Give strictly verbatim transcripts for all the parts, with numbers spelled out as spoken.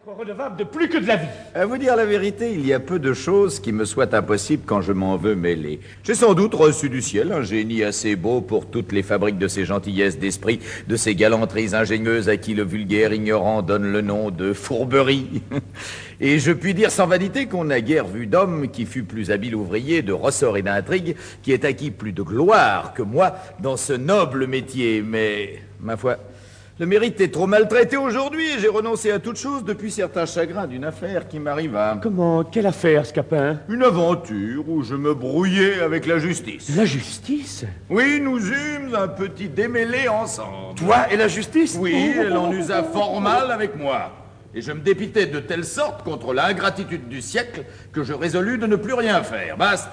être redevable de plus que de la vie. À vous dire la vérité, il y a peu de choses qui me soient impossibles quand je m'en veux mêler. J'ai sans doute reçu du ciel un génie assez beau pour toutes les fabriques de ces gentillesses d'esprit, de ces galanteries ingénieuses à qui le vulgaire ignorant donne le nom de fourberie. Et je puis dire sans vanité qu'on n'a guère vu d'homme qui fût plus habile ouvrier de ressort et d'intrigue, qui ait acquis plus de gloire que moi dans ce noble métier. Mais, ma foi, le mérite est trop maltraité aujourd'hui et j'ai renoncé à toute chose depuis certains chagrins d'une affaire qui m'arriva. Comment? Quelle affaire, Scapin? Une aventure où je me brouillais avec la justice. La justice? Oui, nous eûmes un petit démêlé ensemble. Toi et la justice? Oui, elle en usa fort mal avec moi. Et je me dépitais de telle sorte contre l'ingratitude du siècle que je résolus de ne plus rien faire. Basta.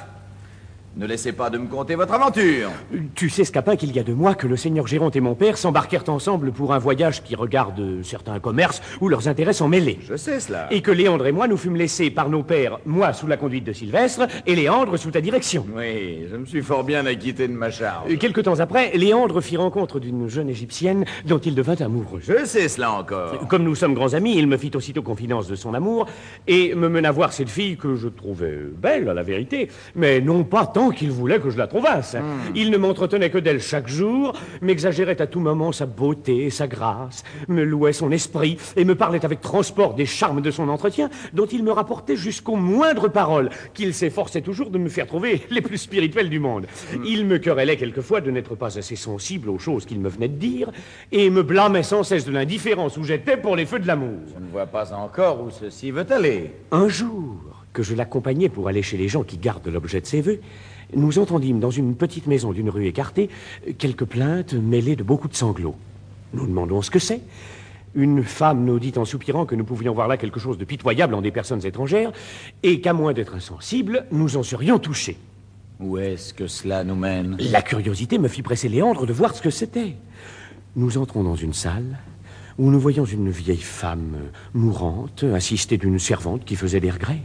Ne laissez pas de me conter votre aventure. Tu sais, Scapin, qu'il y a deux mois que le seigneur Géronte et mon père s'embarquèrent ensemble pour un voyage qui regarde certains commerces où leurs intérêts sont mêlés. Je sais cela. Et que Léandre et moi nous fûmes laissés par nos pères, moi sous la conduite de Sylvestre et Léandre sous ta direction. Oui, je me suis fort bien acquitté de ma charge. Quelque temps après, Léandre fit rencontre d'une jeune égyptienne dont il devint amoureux. Je sais cela encore. Comme nous sommes grands amis, il me fit aussitôt confidence de son amour et me mena voir cette fille que je trouvais belle, à la vérité, mais non pas tant qu'il voulait que je la trouvasse. Mm. Il ne m'entretenait que d'elle chaque jour, m'exagérait à tout moment sa beauté et sa grâce, me louait son esprit et me parlait avec transport des charmes de son entretien, dont il me rapportait jusqu'aux moindres paroles, qu'il s'efforçait toujours de me faire trouver les plus spirituelles du monde. Mm. Il me querellait quelquefois de n'être pas assez sensible aux choses qu'il me venait de dire, et me blâmait sans cesse de l'indifférence où j'étais pour les feux de l'amour. Je ne vois pas encore où ceci veut aller. Un jour, que je l'accompagnais pour aller chez les gens qui gardent l'objet de ses vœux, nous entendîmes dans une petite maison d'une rue écartée quelques plaintes mêlées de beaucoup de sanglots. Nous demandons ce que c'est. Une femme nous dit en soupirant que nous pouvions voir là quelque chose de pitoyable en des personnes étrangères et qu'à moins d'être insensibles, nous en serions touchés. Où est-ce que cela nous mène? La curiosité me fit presser Léandre de voir ce que c'était. Nous entrons dans une salle où nous voyons une vieille femme mourante, assistée d'une servante qui faisait des regrets.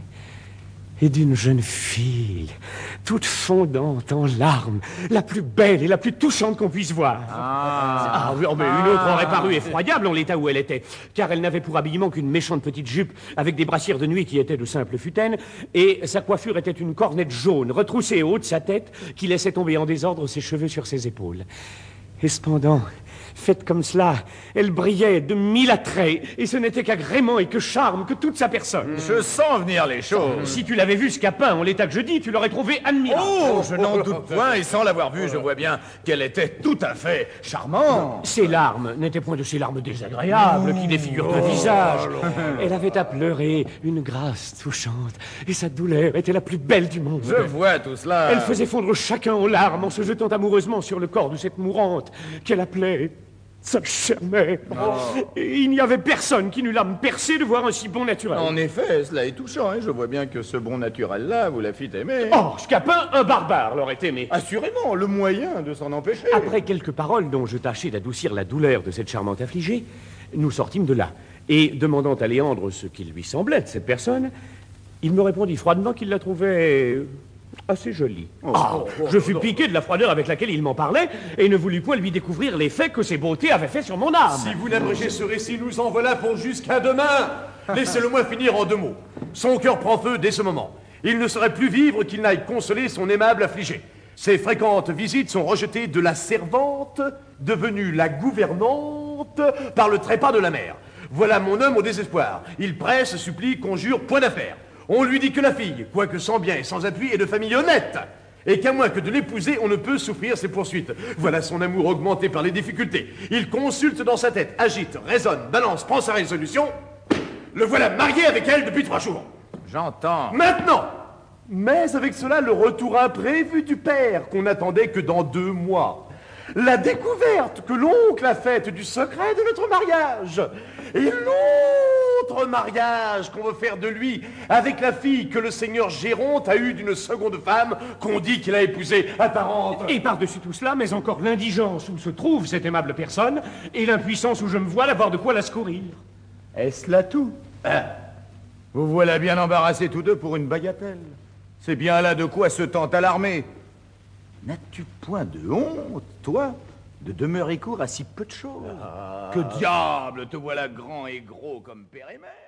Et d'une jeune fille, toute fondante en larmes, la plus belle et la plus touchante qu'on puisse voir. Ah, ah oui, oh, mais une autre aurait paru effroyable en l'état où elle était, car elle n'avait pour habillement qu'une méchante petite jupe avec des brassières de nuit qui étaient de simples futaines, et sa coiffure était une cornette jaune retroussée au haut de sa tête qui laissait tomber en désordre ses cheveux sur ses épaules. Et cependant, faite comme cela, elle brillait de mille attraits, et ce n'était qu'agrément et que charme que toute sa personne. Je sens venir les choses. Si tu l'avais vu, Scapin, en l'état que je dis, tu l'aurais trouvé admirable. Oh, je n'en doute point, et sans l'avoir vue, je vois bien qu'elle était tout à fait charmante. Ses larmes n'étaient point de ces larmes désagréables qui défigurent un visage. Elle avait à pleurer une grâce touchante, et sa douleur était la plus belle du monde. Je vois tout cela. Elle faisait fondre chacun aux larmes en se jetant amoureusement sur le corps de cette mourante qu'elle appelait sa chère mère. Oh. Et il n'y avait personne qui n'eût l'âme percée de voir un si bon naturel. En effet, cela est touchant, hein. Je vois bien que ce bon naturel-là, vous la fîtes aimer. Oh, Scapin, un barbare l'aurait aimé. Assurément, le moyen de s'en empêcher. Après quelques paroles dont je tâchais d'adoucir la douleur de cette charmante affligée, nous sortîmes de là. Et demandant à Léandre ce qu'il lui semblait de cette personne, il me répondit froidement qu'il la trouvait assez jolie. Oh, ah, oh, oh, je fus oh, piqué de la froideur avec laquelle il m'en parlait et ne voulus point lui découvrir l'effet que ses beautés avaient fait sur mon âme. Si vous n'abrégez ce récit, nous en voilà pour jusqu'à demain. Laissez-le-moi finir en deux mots. Son cœur prend feu dès ce moment. Il ne saurait plus vivre qu'il n'aille consoler son aimable affligé. Ses fréquentes visites sont rejetées de la servante, devenue la gouvernante, par le trépas de la mère. Voilà mon homme au désespoir. Il presse, supplie, conjure, point d'affaire. On lui dit que la fille, quoique sans bien et sans appui, est de famille honnête, et qu'à moins que de l'épouser, on ne peut souffrir ses poursuites. Voilà son amour augmenté par les difficultés. Il consulte dans sa tête, agite, raisonne, balance, prend sa résolution. Le voilà marié avec elle depuis trois jours. J'entends. Maintenant, mais avec cela, le retour imprévu du père, qu'on n'attendait que dans deux mois. La découverte que l'oncle a faite du secret de notre mariage. Et l'autre mariage qu'on veut faire de lui avec la fille que le seigneur Géronte a eue d'une seconde femme qu'on dit qu'il a épousée apparente. Et par-dessus tout cela, mais encore l'indigence où se trouve cette aimable personne et l'impuissance où je me vois d'avoir de quoi la secourir. Est-ce là tout? Ah. Vous voilà bien embarrassés tous deux pour une bagatelle. C'est bien là de quoi se tente alarmer. N'as-tu point de honte, toi, de demeurer court à si peu de choses? Ah. Que diable te voilà grand et gros comme père et mère?